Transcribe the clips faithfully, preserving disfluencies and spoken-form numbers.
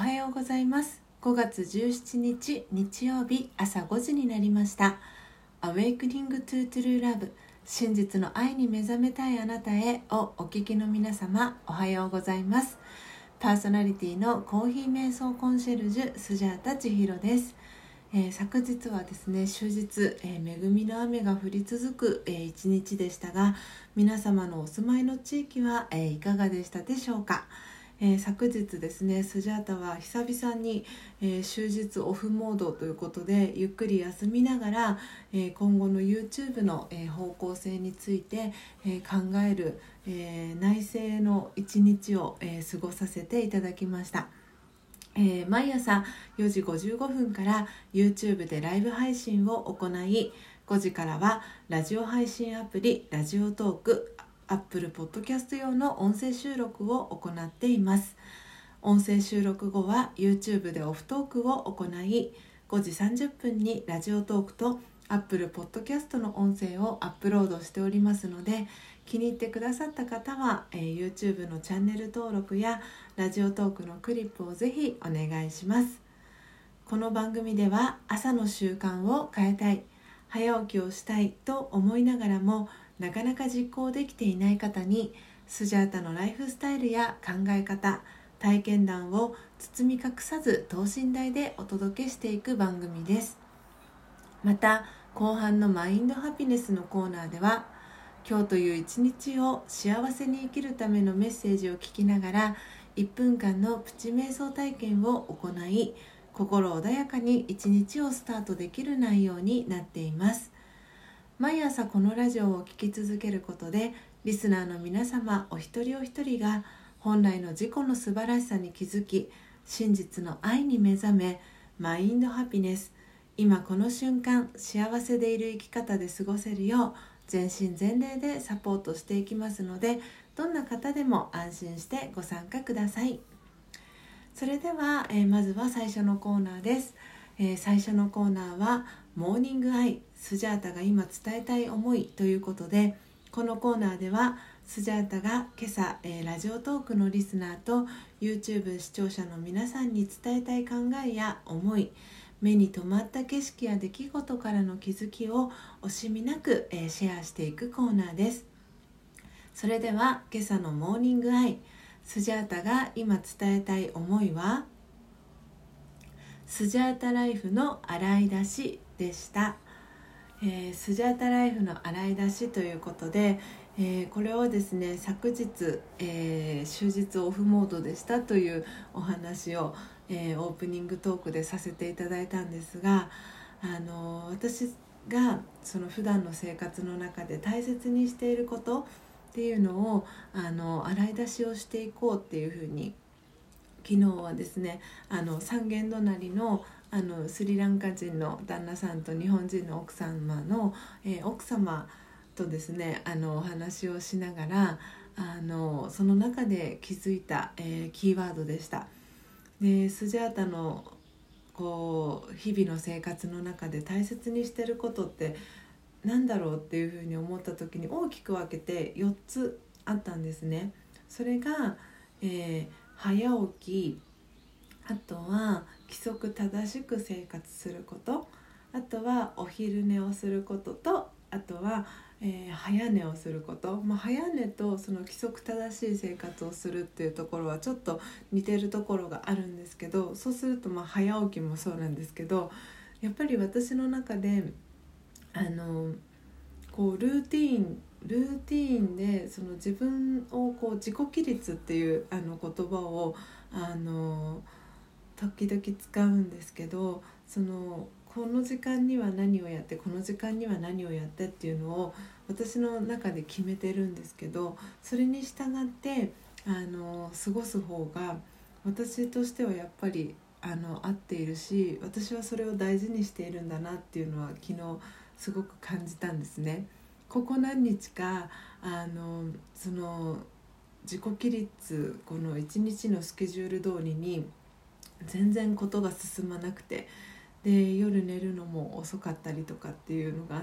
はようございます。ごがつじゅうしちにち日曜日朝ごじになりました。 Awakening to True Love 真実の愛に目覚めたいあなたへをお聞きの皆様、おはようございます。パーソナリティのコーヒー瞑想コンシェルジュスジャータ千尋です。えー、昨日はですね終日、えー、恵みの雨が降り続く、えー、一日でしたが、皆様のお住まいの地域は、えー、いかがでしたでしょうか。えー、昨日ですねスジャータは久々に、えー、終日オフモードということでゆっくり休みながら、えー、今後の YouTube の、えー、方向性について、えー、考える、えー、内省の一日を、えー、過ごさせていただきました。えー、毎朝よじごじゅうごふんから YouTube でライブ配信を行い、ごじからはラジオ配信アプリラジオトーク、Apple Podcast 用の音声収録を行っています。音声収録後は YouTube でオフトークを行い、ごじさんじゅっぷんにラジオトークと Apple Podcast の音声をアップロードしておりますので、気に入ってくださった方は、えー、YouTube のチャンネル登録やラジオトークのクリップをぜひお願いします。この番組では朝の習慣を変えたい、早起きをしたいと思いながらもなかなか実行できていない方に、スジャータのライフスタイルや考え方、体験談を包み隠さず等身大でお届けしていく番組です。また後半のマインドハピネスのコーナーでは、今日という一日を幸せに生きるためのメッセージを聞きながらいっぷんかんのプチ瞑想体験を行い、心穏やかに一日をスタートできる内容になっています。毎朝このラジオを聴き続けることで、リスナーの皆様お一人お一人が本来の自己の素晴らしさに気づき、真実の愛に目覚め、マインドハピネス、今この瞬間幸せでいる生き方で過ごせるよう全身全霊でサポートしていきますので、どんな方でも安心してご参加ください。それでは、えー、まずは最初のコーナーです。えー、最初のコーナーはモーニングアイ、スジャータが今伝えたい思いということで、このコーナーではスジャータが今朝、えー、ラジオトークのリスナーと YouTube 視聴者の皆さんに伝えたい考えや思い、目に留まった景色や出来事からの気づきを惜しみなく、えー、シェアしていくコーナーです。それでは今朝のモーニングアイ、スジャータが今伝えたい思いは、スジャータライフの洗い出しでした。えー、スジャータライフの洗い出しということで、えー、これをですね昨日、えー、終日オフモードでしたというお話を、えー、オープニングトークでさせていただいたんですが、あの私がその普段の生活の中で大切にしていることっていうのをあの洗い出しをしていこうっていうふうに、昨日はですねあの三軒隣のあのスリランカ人の旦那さんと日本人の奥様の、えー、奥様とですねあのお話をしながら、あのその中で気づいた、えー、キーワードでした。でスジャータのこう日々の生活の中で大切にしてることってなんだろうっていうふうに思った時に大きく分けてよっつあったんですね。それが、えー、早起き、あとは規則正しく生活すること、あとはお昼寝をすることと、あとは、えー、早寝をすること、まあ、早寝とその規則正しい生活をするっていうところはちょっと似てるところがあるんですけど、そうするとまあ早起きもそうなんですけど、やっぱり私の中であのこうルーティーンルーティーンでその自分をこう自己規律っていうあの言葉をあの時々使うんですけど、そのこの時間には何をやってこの時間には何をやってっていうのを私の中で決めてるんですけど、それに従ってあの過ごす方が私としてはやっぱりあの合っているし、私はそれを大事にしているんだなっていうのは昨日すごく感じたんですね。ここ何日かあのその自己規律、この一日のスケジュール通りに全然ことが進まなくて、で夜寝るのも遅かったりとかっていうのがあって、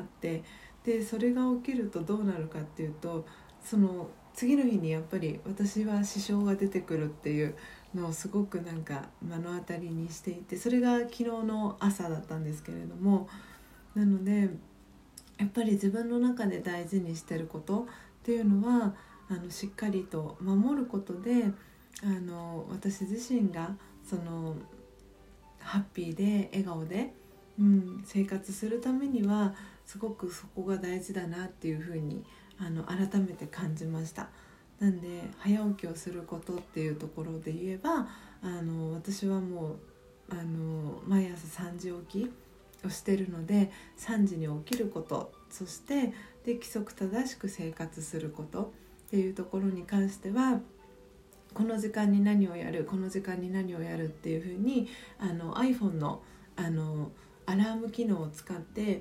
でそれが起きるとどうなるかっていうと、その次の日にやっぱり私は支障が出てくるっていうのをすごくなんか目の当たりにしていて、それが昨日の朝だったんですけれども、なのでやっぱり自分の中で大事にしてることっていうのはあのしっかりと守ることで、あの私自身がそのハッピーで笑顔で、うん、生活するためにはすごくそこが大事だなっていうふうにあの改めて感じました。なんで早起きをすることっていうところで言えば、あの私はもうあの毎朝さんじ起きをしてるので、さんじに起きること、そしてで規則正しく生活することっていうところに関しては、この時間に何をやる、この時間に何をやるっていう風にあの iPhone の, あのアラーム機能を使って、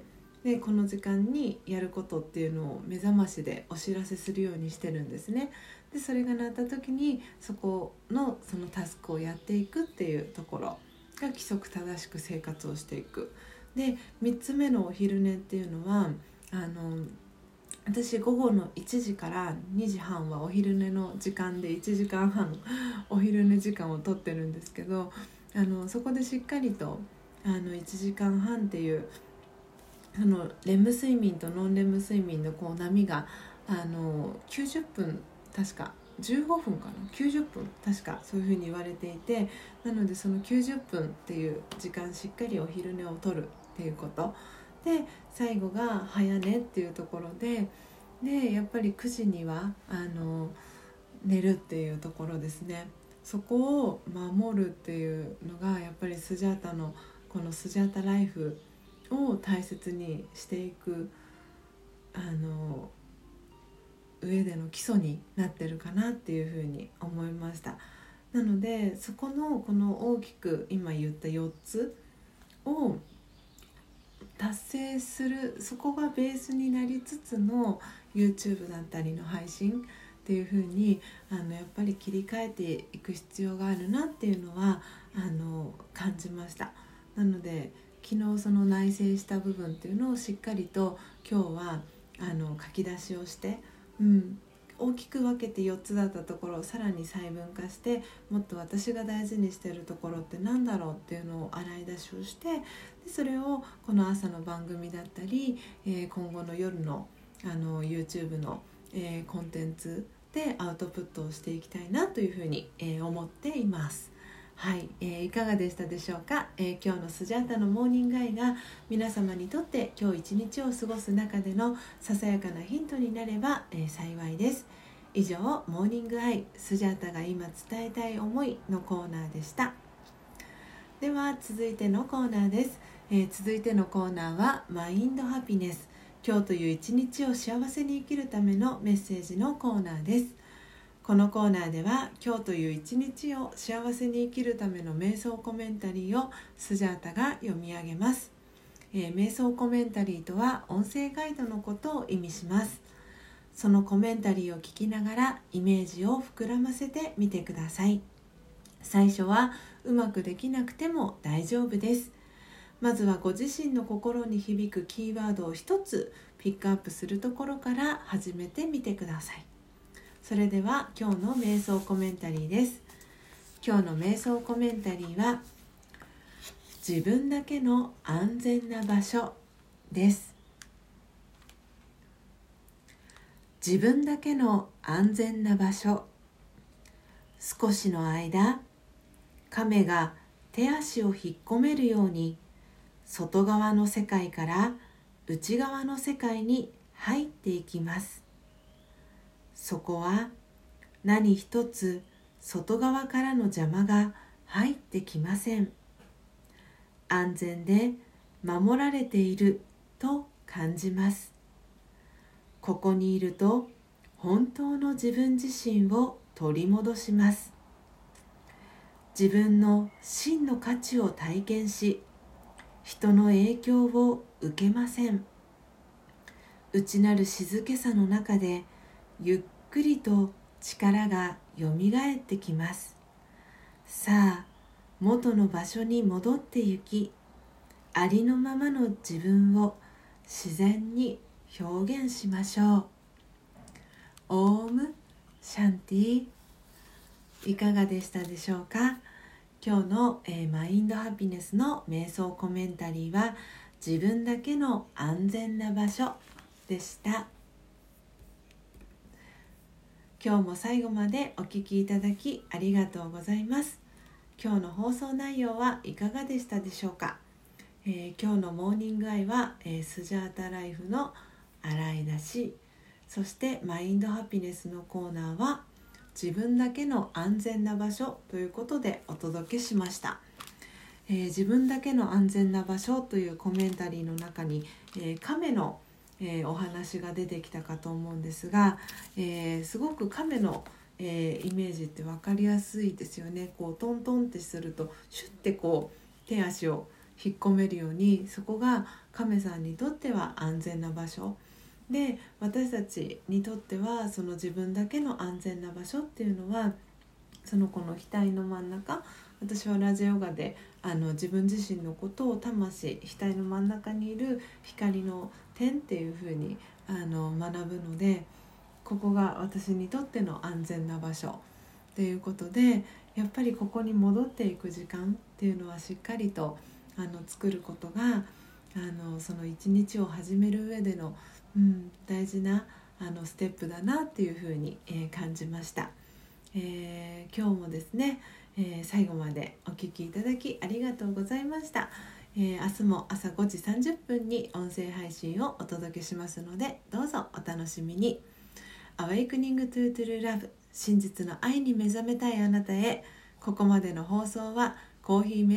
でこの時間にやることっていうのを目覚ましでお知らせするようにしてるんですね。でそれが鳴った時にそこのそのタスクをやっていくっていうところが規則正しく生活をしていく。でみっつめのお昼寝っていうのは、あの私午後のいちじからにじはんはお昼寝の時間でいちじかんはんお昼寝時間を取ってるんですけど、あのそこでしっかりとあのいちじかんはんっていうそのレム睡眠とノンレム睡眠のこう波があのきゅうじゅっぷん、確かじゅうごふんかな、きゅうじゅっぷん確かそういうふうに言われていて、なのでそのきゅうじゅっぷんっていう時間しっかりお昼寝をとるっていうことで、最後が早寝っていうところで、でやっぱりくじにはあの寝るっていうところですね。そこを守るっていうのがやっぱりスジャータのこのスジャータライフを大切にしていくあの上での基礎になってるかなっていうふうに思いました。なのでそこのこの大きく今言ったよっつを達成する、そこがベースになりつつの YouTube だったりの配信っていう風にあのやっぱり切り替えていく必要があるなっていうのはあの感じました。なので昨日その内省した部分っていうのをしっかりと今日はあの書き出しをして、うん、大きく分けてよっつだったところをさらに細分化して、もっと私が大事にしているところって何だろうっていうのを洗い出しをして、でそれをこの朝の番組だったり、えー、今後の夜の、あの YouTube の、えー、コンテンツでアウトプットをしていきたいなというふうに、えー、思っています。はい、えー、いかがでしたでしょうか。えー、今日のスジャータのモーニングアイが皆様にとって今日一日を過ごす中でのささやかなヒントになれば、えー、幸いです。以上、モーニングアイスジャータが今伝えたい思いのコーナーでした。では続いてのコーナーです。えー、続いてのコーナーはマインドハピネス、今日という一日を幸せに生きるためのメッセージのコーナーです。このコーナーでは今日という一日を幸せに生きるための瞑想コメンタリーをスジャータが読み上げます。えー、瞑想コメンタリーとは音声ガイドのことを意味します。そのコメンタリーを聞きながらイメージを膨らませてみてください。最初はうまくできなくても大丈夫です。まずはご自身の心に響くキーワードを一つピックアップするところから始めてみてください。それでは今日の瞑想コメンタリーです。今日の瞑想コメンタリーは自分だけの安全な場所です。自分だけの安全な場所。少しの間、亀が手足を引っ込めるように外側の世界から内側の世界に入っていきます。そこは何一つ外側からの邪魔が入ってきません。安全で守られていると感じます。ここにいると本当の自分自身を取り戻します。自分の真の価値を体験し、人の影響を受けません。内なる静けさの中でゆっくりと力がよみがえってきます。さあ、元の場所に戻ってゆき、ありのままの自分を自然に表現しましょう。オームシャンティ。 いかがでしたでしょうか。今日の、えー、マインドハピネスの瞑想コメンタリーは自分だけの安全な場所でした。今日も最後までお聞きいただきありがとうございます。今日の放送内容はいかがでしたでしょうか。えー、今日のモーニングアイは、えー、スジャータライフの洗い出し、そしてマインドハピネスのコーナーは自分だけの安全な場所ということでお届けしました。えー、自分だけの安全な場所というコメンタリーの中に、えー、亀の、えー、お話が出てきたかと思うんですが、えー、すごく亀の、えー、イメージって分かりやすいですよね。こうトントンってするとシュッてこう手足を引っ込めるように、そこが亀さんにとっては安全な場所で、私たちにとってはその自分だけの安全な場所っていうのはその子の額の真ん中、私はラジオヨガであの自分自身のことを魂、額の真ん中にいる光の点っていう風にあの学ぶので、ここが私にとっての安全な場所ということで、やっぱりここに戻っていく時間っていうのはしっかりとあの作ることがあのその一日を始める上での、うん、大事なあのステップだなっていうふうに、えー、感じました。えー、今日もですね、えー、最後までお聞きいただきありがとうございました。えー、明日も朝ごじさんじゅっぷんに音声配信をお届けしますので、どうぞお楽しみに。Awakening to True Love、真実の愛に目覚めたいあなたへ。ここまでの放送はコーヒーメ